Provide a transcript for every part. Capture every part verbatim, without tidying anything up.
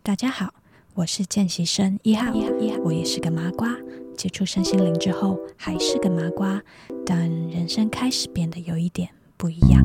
大家好，我是见习生一号，我也是个麻瓜，接触身心灵之后还是个麻瓜，但人生开始变得有一点不一样。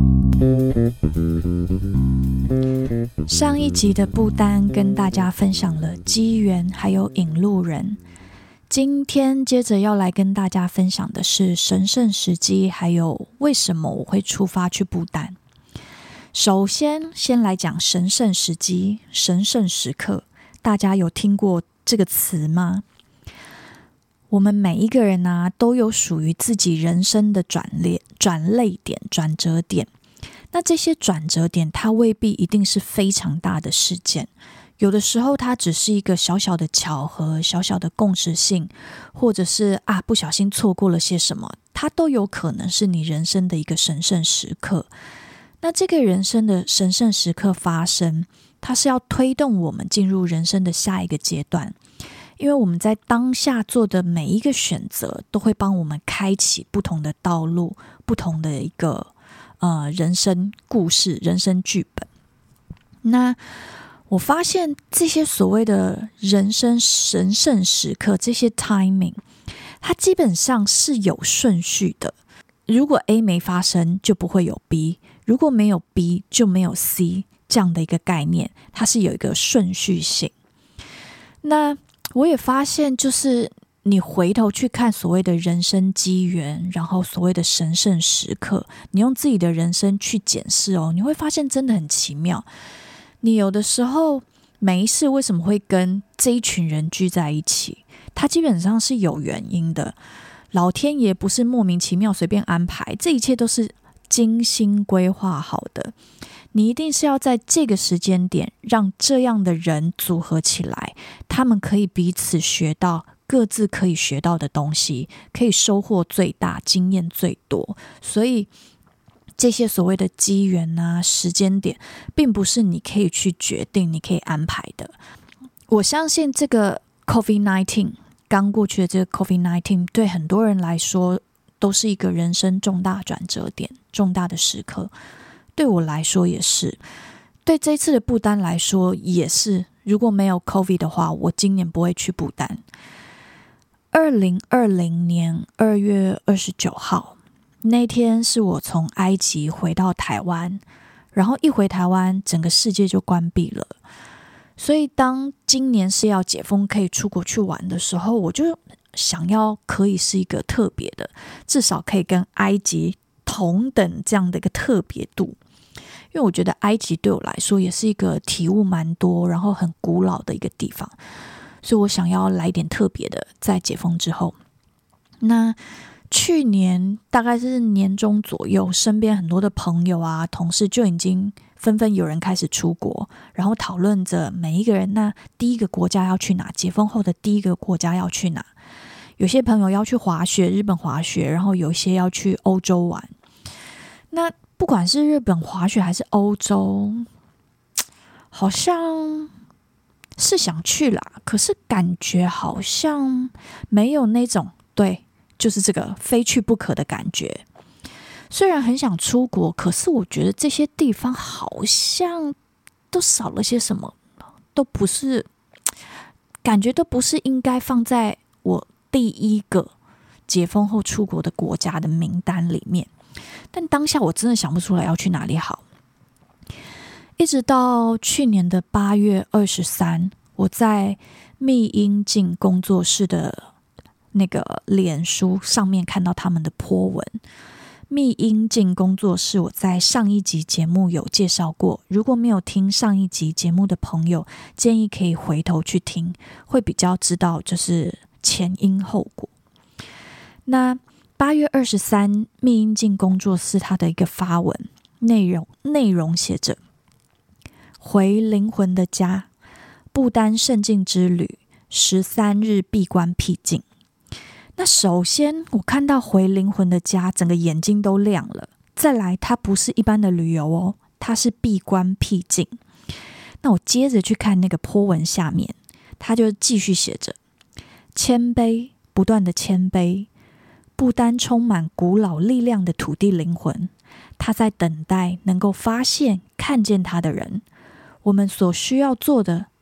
上一集的不丹跟大家分享了机缘还有引路人，今天接着要来跟大家分享的是神圣时机，还有为什么我会出发去不丹。首先先来讲神圣时机，神圣时刻，大家有听过这个词吗？我们每一个人啊，都有属于自己人生的转捩转捩点、转折点。那这些转折点，它未必一定是非常大的事件，有的时候它只是一个小小的巧合、小小的共识性，或者是啊不小心错过了些什么，它都有可能是你人生的一个神圣时刻。那这个人生的神圣时刻发生，它是要推动我们进入人生的下一个阶段，因为我们在当下做的每一个选择，都会帮我们开启不同的道路，不同的一个呃人生故事、人生剧本。那我发现这些所谓的人生神圣时刻，这些 timing， 它基本上是有顺序的。如果 A 没发生，就不会有 B。如果没有 B 就没有 C， 这样的一个概念，它是有一个顺序性。那我也发现，就是你回头去看所谓的人生机缘，然后所谓的神圣时刻，你用自己的人生去检视哦，你会发现真的很奇妙。你有的时候没事为什么会跟这一群人聚在一起，它基本上是有原因的。老天爷不是莫名其妙随便安排，这一切都是精心规划好的。你一定是要在这个时间点让这样的人组合起来，他们可以彼此学到各自可以学到的东西，可以收获最大，经验最多。所以这些所谓的机缘啊、时间点，并不是你可以去决定、你可以安排的。我相信这个 COVID 十九 刚过去的这个 COVID 十九 对很多人来说都是一个人生重大转折点、重大的时刻。对我来说也是，对这一次的不丹来说也是。如果没有 COVID 的话，我今年不会去不丹。二零二零年二月二十九号那天是我从埃及回到台湾，然后一回台湾，整个世界就关闭了。所以当今年是要解封可以出国去玩的时候，我就想要可以是一个特别的，至少可以跟埃及同等这样的一个特别度。因为我觉得埃及对我来说也是一个体悟蛮多，然后很古老的一个地方，所以我想要来点特别的，在解封之后。那去年大概是年中左右，身边很多的朋友啊、同事就已经纷纷有人开始出国，然后讨论着每一个人那第一个国家要去哪，解封后的第一个国家要去哪。有些朋友要去滑雪，日本滑雪，然后有些要去欧洲玩。那不管是日本滑雪还是欧洲，好像是想去啦，可是感觉好像没有那种对，就是这个非去不可的感觉。虽然很想出国，可是我觉得这些地方好像都少了些什么，都不是，感觉都不是应该放在我第一个解封后出国的国家的名单里面。但当下我真的想不出来要去哪里好。一直到去年的八月二十三，我在密音镜工作室的那个脸书上面看到他们的 po 文。密音镜工作室我在上一集节目有介绍过，如果没有听上一集节目的朋友，建议可以回头去听，会比较知道就是前因后果。那八月二十三，密音镜工作室他的一个发文内容，内容写着：回灵魂的家，不丹圣境之旅，十三日闭关僻静。那首先我看到回灵魂的家，整个眼睛都亮了。再来，它不是一般的旅游哦，它是闭关僻静。那我接着去看那个po文下面，他就继续写着：谦卑，不断的谦卑。不丹充满古老力量的土地灵魂，他在等待能够发现、看见他的人。我们所需要做的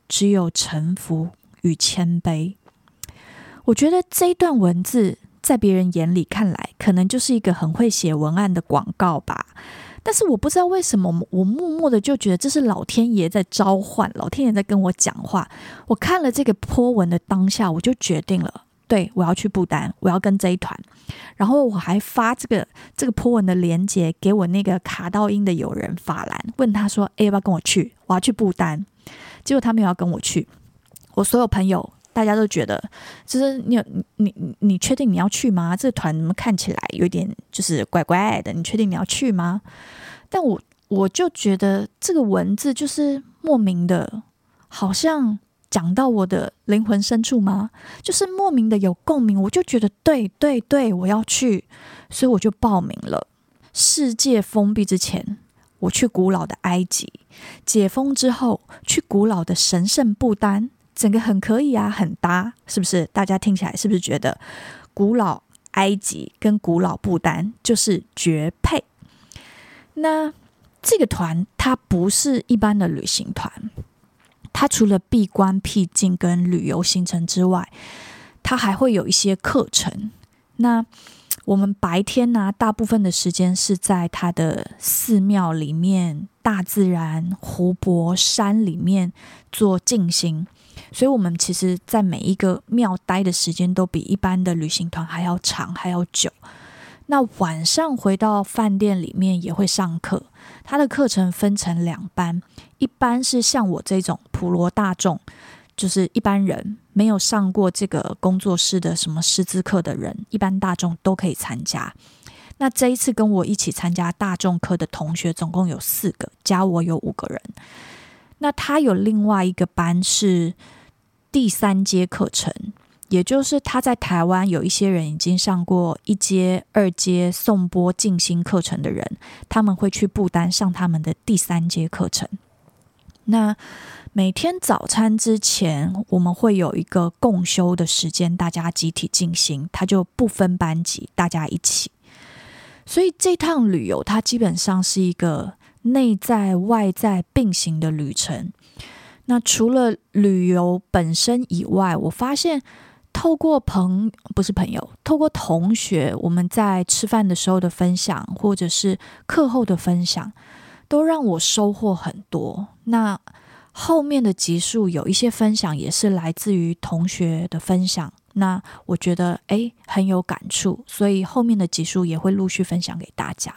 只有臣服与谦卑。我觉得这一段文字在别人眼里看来可能就是一个很会写文案的广告吧，但是我不知道为什么我默默的就觉得这是老天爷在召唤，老天爷在跟我讲话。我看了这个po文的当下，我就决定了，对，我要去不丹，我要跟这一团。然后我还发这个这个po文的连结给我那个卡到音的友人法兰，问他说，诶，要不要跟我去，我要去不丹。结果他没有要跟我去。我所有朋友大家都觉得，就是你你你你确定你要去吗？这个团怎么看起来有点就是怪怪的？你确定你要去吗？但我我就觉得这个文字就是莫名的，好像讲到我的灵魂深处吗？就是莫名的有共鸣，我就觉得对对对，我要去，所以我就报名了。世界封闭之前，我去古老的埃及；解封之后，去古老的神圣不丹。整个很可以啊，很搭，是不是？大家听起来是不是觉得古老埃及跟古老不丹就是绝配？那这个团它不是一般的旅行团，它除了闭关僻静跟旅游行程之外，它还会有一些课程。那我们白天呢、啊，大部分的时间是在它的寺庙里面、大自然、湖泊、山里面做静心。所以我们其实在每一个庙待的时间都比一般的旅行团还要长还要久。那晚上回到饭店里面也会上课，它的课程分成两班，一班是像我这种普罗大众，就是一般人没有上过这个工作室的什么师资课的人，一般大众都可以参加。那这一次跟我一起参加大众课的同学总共有四个，加我有五个人。那他有另外一个班是第三阶课程，也就是他在台湾有一些人已经上过一阶、二阶颂钵静心课程的人，他们会去不丹上他们的第三阶课程。那每天早餐之前，我们会有一个共修的时间，大家集体静心，他就不分班级，大家一起。所以这趟旅游，它基本上是一个内在外在并行的旅程。那除了旅游本身以外，我发现透过朋不是朋友，透过同学，我们在吃饭的时候的分享，或者是课后的分享，都让我收获很多。那后面的集数有一些分享也是来自于同学的分享，那我觉得诶很有感触，所以后面的集数也会陆续分享给大家。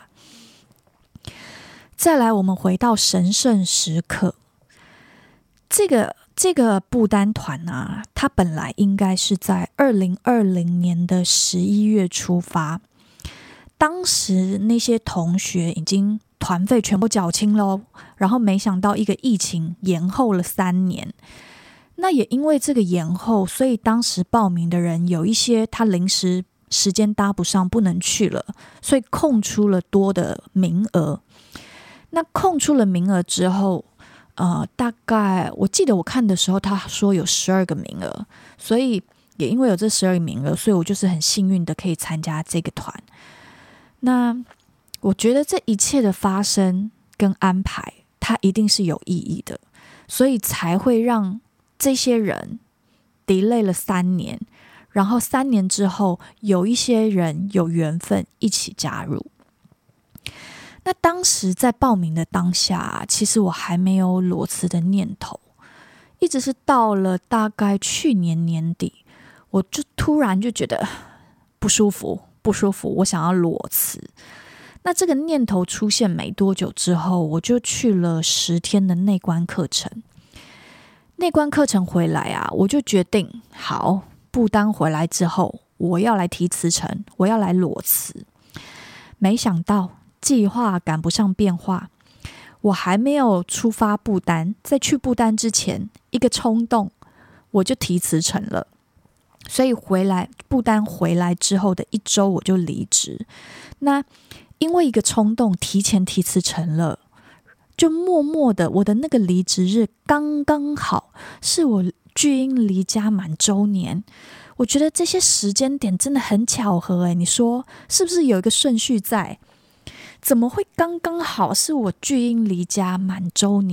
再来，我们回到神圣时刻。这个这个不丹团啊，它本来应该是在二零二零年的十一月出发，当时那些同学已经团费全部缴清咯，然后没想到一个疫情延后了三年。那也因为这个延后，所以当时报名的人有一些他临时时间搭不上，不能去了，所以空出了多的名额。那空出了名额之后，呃，大概我记得我看的时候，他说有十二个名额，所以也因为有这十二个名额，所以我就是很幸运的可以参加这个团。那我觉得这一切的发生跟安排，它一定是有意义的，所以才会让这些人 delay 了三年，然后三年之后，有一些人有缘分一起加入。那当时在报名的当下，其实我还没有裸辞的念头，一直是到了大概去年年底，我就突然就觉得不舒服，不舒服，我想要裸辞。那这个念头出现没多久之后，我就去了十天的内观课程。内观课程回来啊，我就决定，好，不丹回来之后，我要来提辞呈，我要来裸辞。没想到计划赶不上变化，我还没有出发不丹，在去不丹之前，一个冲动，我就提辞呈了。所以回来不丹回来之后的一周，我就离职。那因为一个冲动，提前提辞呈了，就默默的，我的那个离职日刚刚好是我巨婴离家满周年。我觉得这些时间点真的很巧合诶，你说是不是有一个顺序在？怎么会刚刚好是我巨婴离家满周年？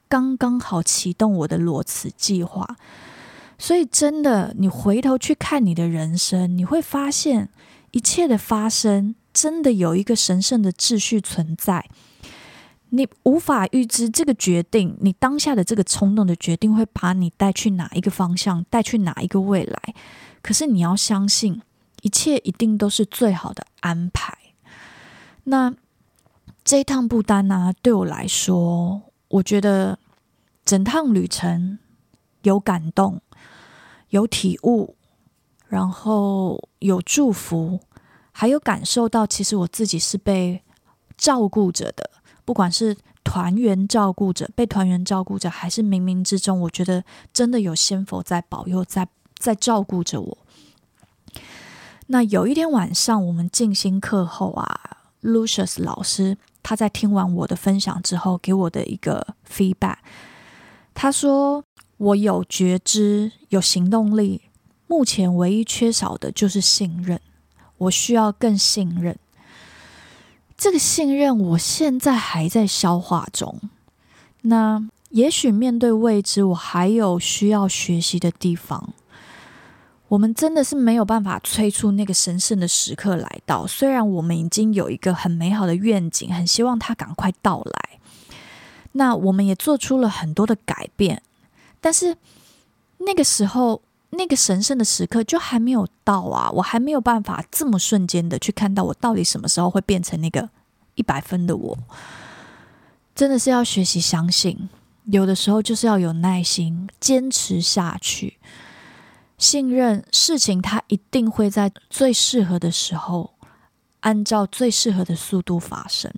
刚刚好启动我的裸辞计划。所以真的，你回头去看你的人生，你会发现一切的发生真的有一个神圣的秩序存在。你无法预知这个决定，你当下的这个冲动的决定会把你带去哪一个方向，带去哪一个未来。可是你要相信，一切一定都是最好的安排。那这一趟不丹啊，对我来说，我觉得整趟旅程有感动，有体悟，然后有祝福，还有感受到其实我自己是被照顾着的，不管是团员照顾着，被团员照顾着，还是冥冥之中，我觉得真的有仙佛在保佑，在在照顾着我。那有一天晚上，我们静心课后啊 Lucius 老师他在听完我的分享之后，给我的一个 feedback， 他说我有觉知，有行动力，目前唯一缺少的就是信任，我需要更信任。这个信任我现在还在消化中，那也许面对未知，我还有需要学习的地方。我们真的是没有办法催促那个神圣的时刻来到，虽然我们已经有一个很美好的愿景，很希望它赶快到来，那我们也做出了很多的改变，但是那个时候那个神圣的时刻就还没有到啊，我还没有办法这么瞬间的去看到我到底什么时候会变成那个一百分的我。真的是要学习相信，有的时候就是要有耐心，坚持下去，信任事情它一定会在最适合的时候，按照最适合的速度发生。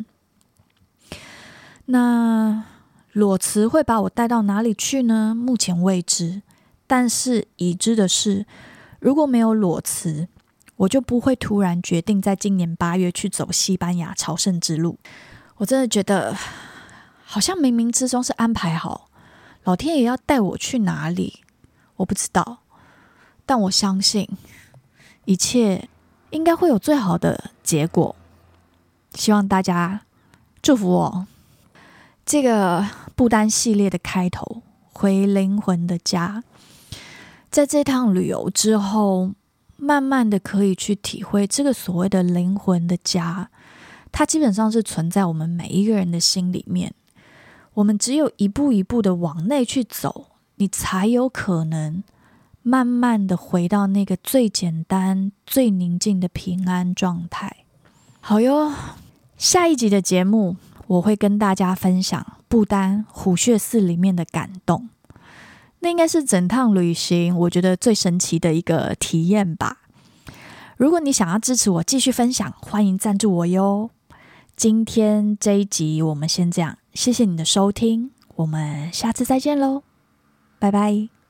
那裸辞会把我带到哪里去呢？目前未知，但是已知的是，如果没有裸辞，我就不会突然决定在今年八月去走西班牙朝圣之路。我真的觉得好像冥冥之中是安排好，老天爷要带我去哪里我不知道，但我相信一切应该会有最好的结果。希望大家祝福我。这个不丹系列的开头，回灵魂的家，在这趟旅游之后，慢慢的可以去体会这个所谓的灵魂的家，它基本上是存在我们每一个人的心里面。我们只有一步一步的往内去走，你才有可能慢慢的回到那个最简单最宁静的平安状态。好哟，下一集的节目我会跟大家分享不丹虎穴寺里面的感动，那应该是整趟旅行我觉得最神奇的一个体验吧。如果你想要支持我继续分享，欢迎赞助我哟。今天这一集我们先这样，谢谢你的收听，我们下次再见咯，拜拜。